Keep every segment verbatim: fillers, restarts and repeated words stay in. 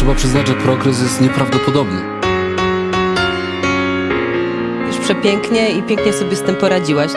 trzeba przyznać, że progres jest nieprawdopodobny. Już przepięknie i pięknie sobie z tym poradziłaś.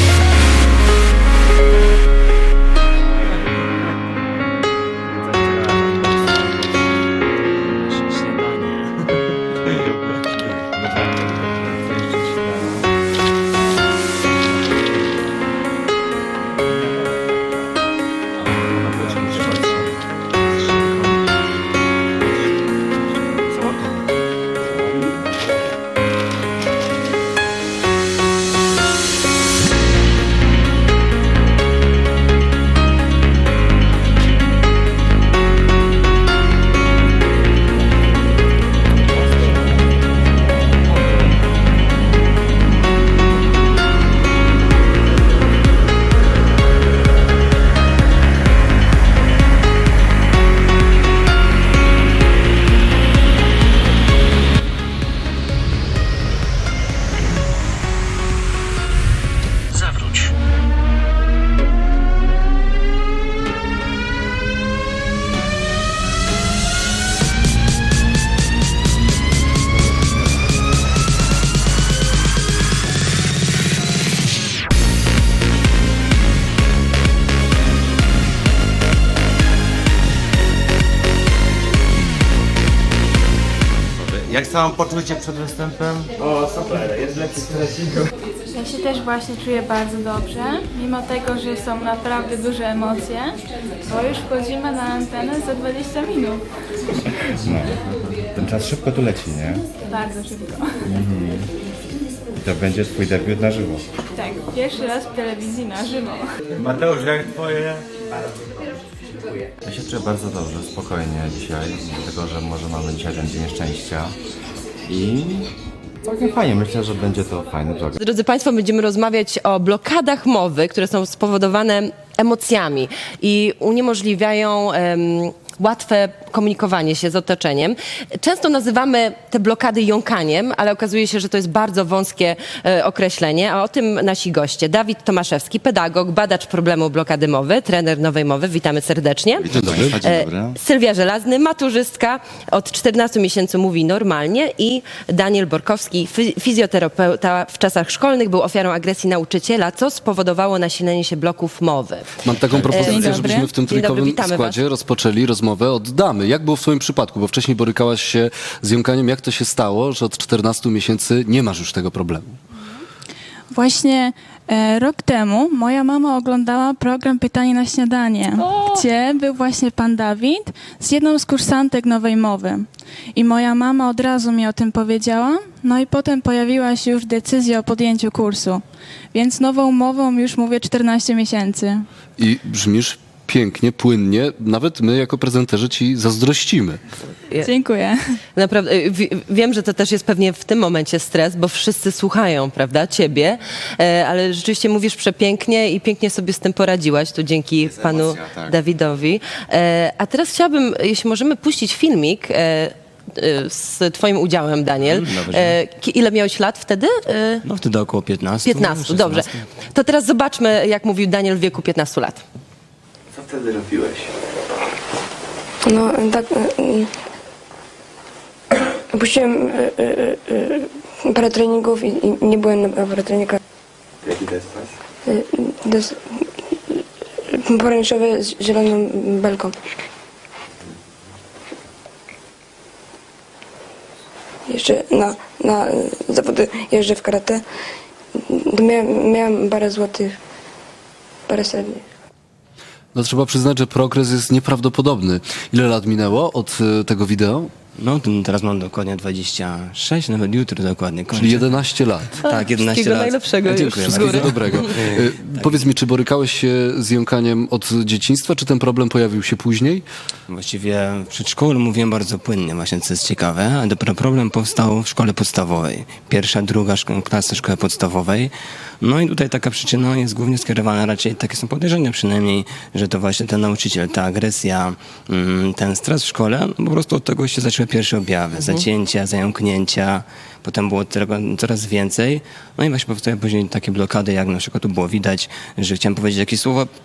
Jak samopoczucie przed występem? O, super, jest lekki stresik. Ja się też właśnie czuję bardzo dobrze, mimo tego, że są naprawdę duże emocje, bo już wchodzimy na antenę za dwadzieścia minut. No, ten czas szybko tu leci, nie? Bardzo szybko. To będzie twój debiut na żywo. Tak, pierwszy raz w telewizji na żywo. Mateusz, jak twoje? Ja się czuję bardzo dobrze, spokojnie dzisiaj, dlatego że może mamy dzisiaj ten dzień szczęścia i całkiem fajnie, myślę, że będzie to fajny vlog. Drodzy Państwo, będziemy rozmawiać o blokadach mowy, które są spowodowane emocjami i uniemożliwiają em, łatwe komunikowanie się z otoczeniem. Często nazywamy te blokady jąkaniem, ale okazuje się, że to jest bardzo wąskie e, określenie, a o tym nasi goście. Dawid Tomaszewski, pedagog, badacz problemu blokady mowy, trener nowej mowy. Witamy serdecznie. Dzień dobry. Dzień dobry. E, Sylwia Żelazny, maturzystka, od czternastu miesięcy mówi normalnie i Daniel Borkowski, fi- fizjoterapeuta w czasach szkolnych, był ofiarą agresji nauczyciela, co spowodowało nasilenie się bloków mowy. Mam taką propozycję, dobry. żebyśmy w tym Dzień dobry, trójkowym witamy składzie rozpoczęli rozmowę od damy. Jak było w twoim przypadku? Bo wcześniej borykałaś się z jąkaniem. Jak to się stało, że od czternastu miesięcy nie masz już tego problemu? Właśnie e, rok temu moja mama oglądała program Pytanie na śniadanie, gdzie był właśnie pan Dawid z jedną z kursantek nowej mowy. I moja mama od razu mi o tym powiedziała, no i potem pojawiła się już decyzja o podjęciu kursu. Więc nową mową już mówię czternaście miesięcy. I brzmisz pięknie, płynnie. Nawet my jako prezenterzy ci zazdrościmy. Dziękuję. Naprawdę, y, wi- wiem, że to też jest pewnie w tym momencie stres, bo wszyscy słuchają, prawda, ciebie, e, ale rzeczywiście mówisz przepięknie i pięknie sobie z tym poradziłaś, tu dzięki panu emocja, tak. Dawidowi. E, a teraz chciałabym, jeśli możemy puścić filmik e, e, z twoim udziałem, Daniel. Dobrze. E, ki- ile miałeś lat wtedy? E, No wtedy około piętnastu. piętnaście, dobrze. To teraz zobaczmy, jak mówił Daniel w wieku piętnastu lat. Co wtedy robiłeś? No tak. y, y, Opuściłem y, y, y, parę treningów i, i nie byłem na parę treningach. Jaki to jest pas? Y, to jest y, pomarańczowy z zieloną belką. Jeszcze na, na zawody jeżdżę w karate. To miałem, miałem parę złotych, parę srebrnych. No trzeba przyznać, że progres jest nieprawdopodobny. Ile lat minęło od y, tego wideo? No to teraz mam dokładnie dwadzieścia sześć, nawet jutro dokładnie kończę. Czyli jedenaście lat. Tak, jedenaście Wszystkiego lat. najlepszego już. Dziękuję Z bardzo. góry. Dobrego. Y, Powiedz mi, czy borykałeś się z jąkaniem od dzieciństwa, czy ten problem pojawił się później? Właściwie w przedszkolu mówiłem bardzo płynnie, właśnie co jest ciekawe, a dopiero problem powstał w szkole podstawowej. Pierwsza, druga szko- klasa szkoły podstawowej. No i tutaj taka przyczyna jest głównie skierowana, raczej takie są podejrzenia przynajmniej, że to właśnie ten nauczyciel, ta agresja, mm, ten stres w szkole, no po prostu od tego się zaczęły pierwsze objawy. Zacięcia, zająknięcia, potem było tego coraz więcej. No i właśnie powstały później takie blokady, jak na przykład tu było widać, że chciałem powiedzieć jakieś słowa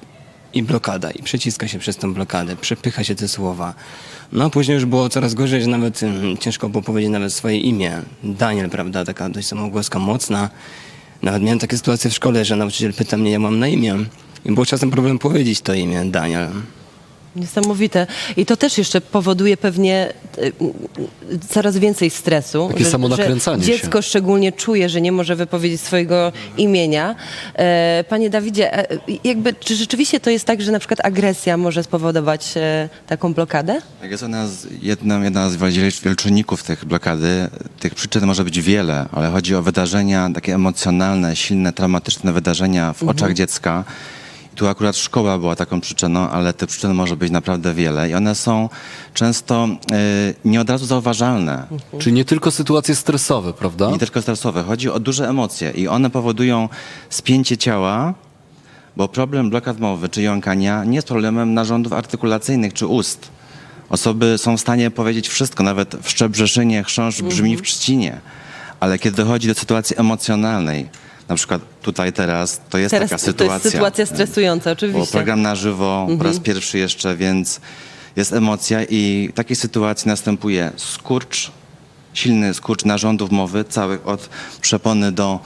i blokada, i przeciska się przez tą blokadę, przepycha się te słowa. No a później już było coraz gorzej, że nawet mm, ciężko było powiedzieć nawet swoje imię. Daniel, prawda, taka dość samogłoska, mocna. Nawet miałem takie sytuacje w szkole, że nauczyciel pyta mnie, jak mam na imię. I było czasem problem powiedzieć to imię, Daniel. Niesamowite. I to też jeszcze powoduje pewnie y, y, coraz więcej stresu. Takie samonakręcanie że się. dziecko szczególnie czuje, że nie może wypowiedzieć swojego imienia. E, Panie Dawidzie, e, jakby, czy rzeczywiście to jest tak, że na przykład agresja może spowodować e, taką blokadę? Tak, jest ona z jedną, jedna z wiel- wielczynników tych blokady. Tych przyczyn może być wiele, ale chodzi o wydarzenia takie emocjonalne, silne, traumatyczne wydarzenia w oczach dziecka. I tu akurat szkoła była taką przyczyną, ale tych przyczyn może być naprawdę wiele i one są często y, nie od razu zauważalne. Czyli nie tylko sytuacje stresowe, prawda? Nie tylko stresowe. Chodzi o duże emocje i one powodują spięcie ciała, bo problem blokad mowy czy jąkania nie jest problemem narządów artykulacyjnych czy ust. Osoby są w stanie powiedzieć wszystko, nawet w Szczebrzeszynie chrząszcz brzmi w trzcinie. Ale kiedy dochodzi do sytuacji emocjonalnej, na przykład tutaj teraz, to jest Teraz taka to sytuacja. jest sytuacja stresująca, Bo oczywiście. program na żywo po raz pierwszy jeszcze, więc jest emocja i w takiej sytuacji następuje skurcz, silny skurcz narządów mowy, całych od przepony do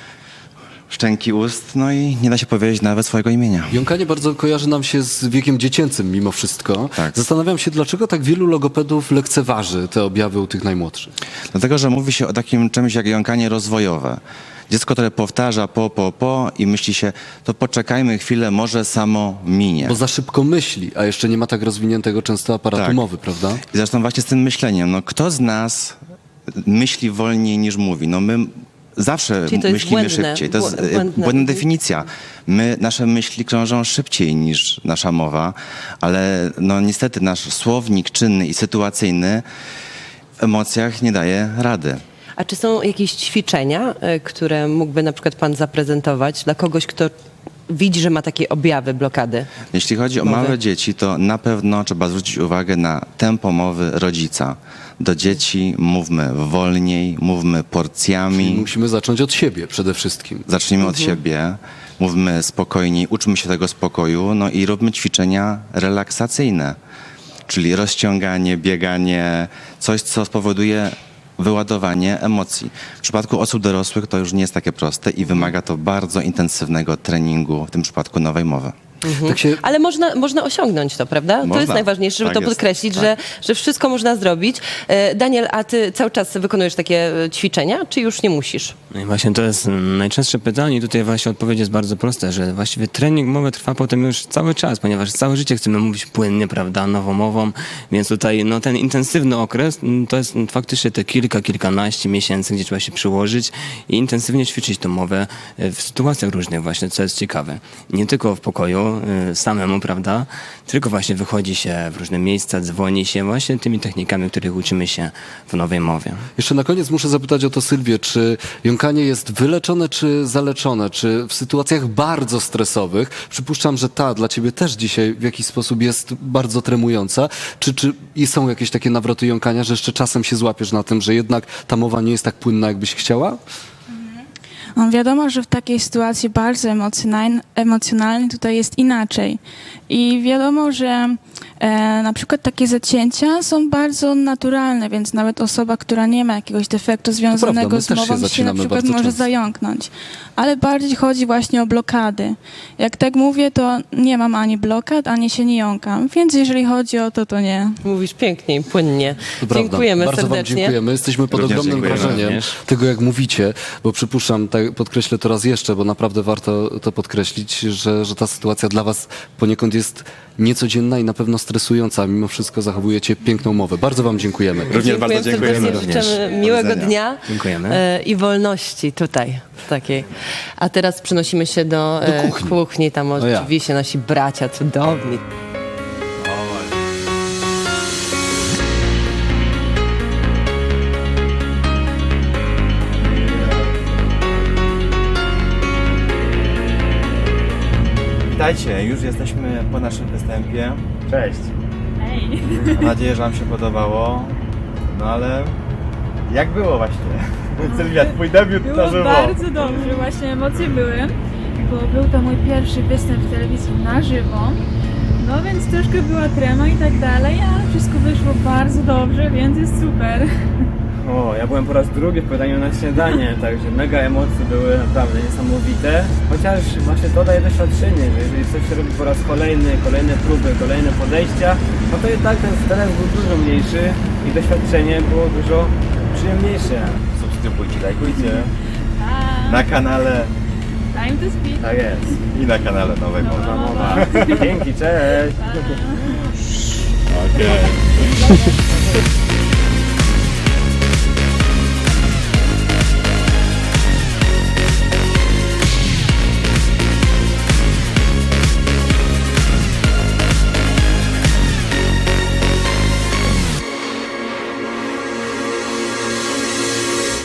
szczęki ust, no i nie da się powiedzieć nawet swojego imienia. Jąkanie bardzo kojarzy nam się z wiekiem dziecięcym mimo wszystko. Tak. Zastanawiam się, dlaczego tak wielu logopedów lekceważy te objawy u tych najmłodszych. Dlatego, że mówi się o takim czymś jak jąkanie rozwojowe. Dziecko, które powtarza po, po, po i myśli się, to poczekajmy chwilę, może samo minie. Bo za szybko myśli, a jeszcze nie ma tak rozwiniętego często aparatu Tak. mowy, prawda? I zresztą właśnie z tym myśleniem, no kto z nas myśli wolniej niż mówi? No my zawsze Czyli to jest myślimy błędne, szybciej. To jest błę- e, błędne. błędna definicja. My, nasze myśli krążą szybciej niż nasza mowa, ale no niestety nasz słownik czynny i sytuacyjny w emocjach nie daje rady. A czy są jakieś ćwiczenia, y, które mógłby na przykład pan zaprezentować dla kogoś, kto widzi, że ma takie objawy blokady? Jeśli chodzi o Mowy. małe dzieci, to na pewno trzeba zwrócić uwagę na tempo mowy rodzica. Do dzieci mówmy wolniej, mówmy porcjami. Musimy zacząć od siebie przede wszystkim. Zacznijmy od siebie, mówmy spokojniej, uczmy się tego spokoju, no i róbmy ćwiczenia relaksacyjne, czyli rozciąganie, bieganie, coś, co spowoduje wyładowanie emocji. W przypadku osób dorosłych to już nie jest takie proste i wymaga to bardzo intensywnego treningu, w tym przypadku nowej mowy. Tak się Ale można, można osiągnąć to, prawda? To Można. jest najważniejsze, żeby Tak to jest. podkreślić, Tak. że, że wszystko można zrobić. E, Daniel, a ty cały czas wykonujesz takie e, ćwiczenia, czy już nie musisz? No i właśnie to jest mm, najczęstsze pytanie i tutaj właśnie odpowiedź jest bardzo prosta, że właściwie trening mowy trwa potem już cały czas, ponieważ całe życie chcemy mówić płynnie, prawda, nową mową, więc tutaj no, ten intensywny okres mm, to jest mm, faktycznie te kilka, kilkanaście miesięcy, gdzie trzeba się przyłożyć i intensywnie ćwiczyć tą mowę y, w sytuacjach różnych właśnie, co jest ciekawe. Nie tylko w pokoju y, samemu, prawda, tylko właśnie wychodzi się w różne miejsca, dzwoni się właśnie tymi technikami, których uczymy się w nowej mowie. Jeszcze na koniec muszę zapytać o to Sylwię, czy jąkanie jest wyleczone czy zaleczone? Czy w sytuacjach bardzo stresowych, przypuszczam, że ta dla ciebie też dzisiaj w jakiś sposób jest bardzo tremująca, czy, czy i są jakieś takie nawroty jąkania, że jeszcze czasem się złapiesz na tym, że jednak ta mowa nie jest tak płynna, jakbyś chciała? No, wiadomo, że w takiej sytuacji bardzo emocjonalnej, emocjonalnej tutaj jest inaczej. I wiadomo, że e, na przykład takie zacięcia są bardzo naturalne, więc nawet osoba, która nie ma jakiegoś defektu związanego my z też się mową, się na zacinamy przykład bardzo może często. zająknąć. Ale bardziej chodzi właśnie o blokady. Jak tak mówię, to nie mam ani blokad, ani się nie jąkam. Więc jeżeli chodzi o to, to nie. Mówisz pięknie i płynnie. To prawda. Dziękujemy Bardzo serdecznie. wam dziękujemy. Jesteśmy pod Również ogromnym dziękujemy. wrażeniem Również. tego, jak mówicie, bo przypuszczam, tak, podkreślę to raz jeszcze, bo naprawdę warto to podkreślić, że, że ta sytuacja dla was poniekąd jest niecodzienna i na pewno stresująca. Mimo wszystko zachowujecie piękną mowę. Bardzo wam dziękujemy. Również bardzo dziękujemy. serdecznie. również. Życzymy Do miłego widzenia. dnia Dziękujemy. e, i wolności tutaj takiej. A teraz przenosimy się do, Do e, kuchni. kuchni. Tam O ja. oczywiście nasi bracia cudowni. Witajcie, już jesteśmy po naszym występie. Cześć. Hej. Mam nadzieję, że wam się podobało. No ale jak było właśnie? Sylwia, twój debiut na Było żywo. bardzo dobrze, właśnie emocje były. bo był to mój pierwszy występ w telewizji na żywo. No więc troszkę była trema i tak dalej, ale wszystko wyszło bardzo dobrze, więc jest super. O, ja byłem po raz drugi w pytaniu na śniadanie, także mega emocje były naprawdę niesamowite. Chociaż właśnie to daje doświadczenie, że jeżeli coś się robi po raz kolejny, kolejne próby, kolejne podejścia, no to i tak ten stres był dużo mniejszy i doświadczenie było dużo przyjemniejsze. Subskrybujcie, lajkujcie A, na kanale time to speak. Tak jest. i na kanale Nowej Mowy. Mowa. Dzięki, cześć! Okej.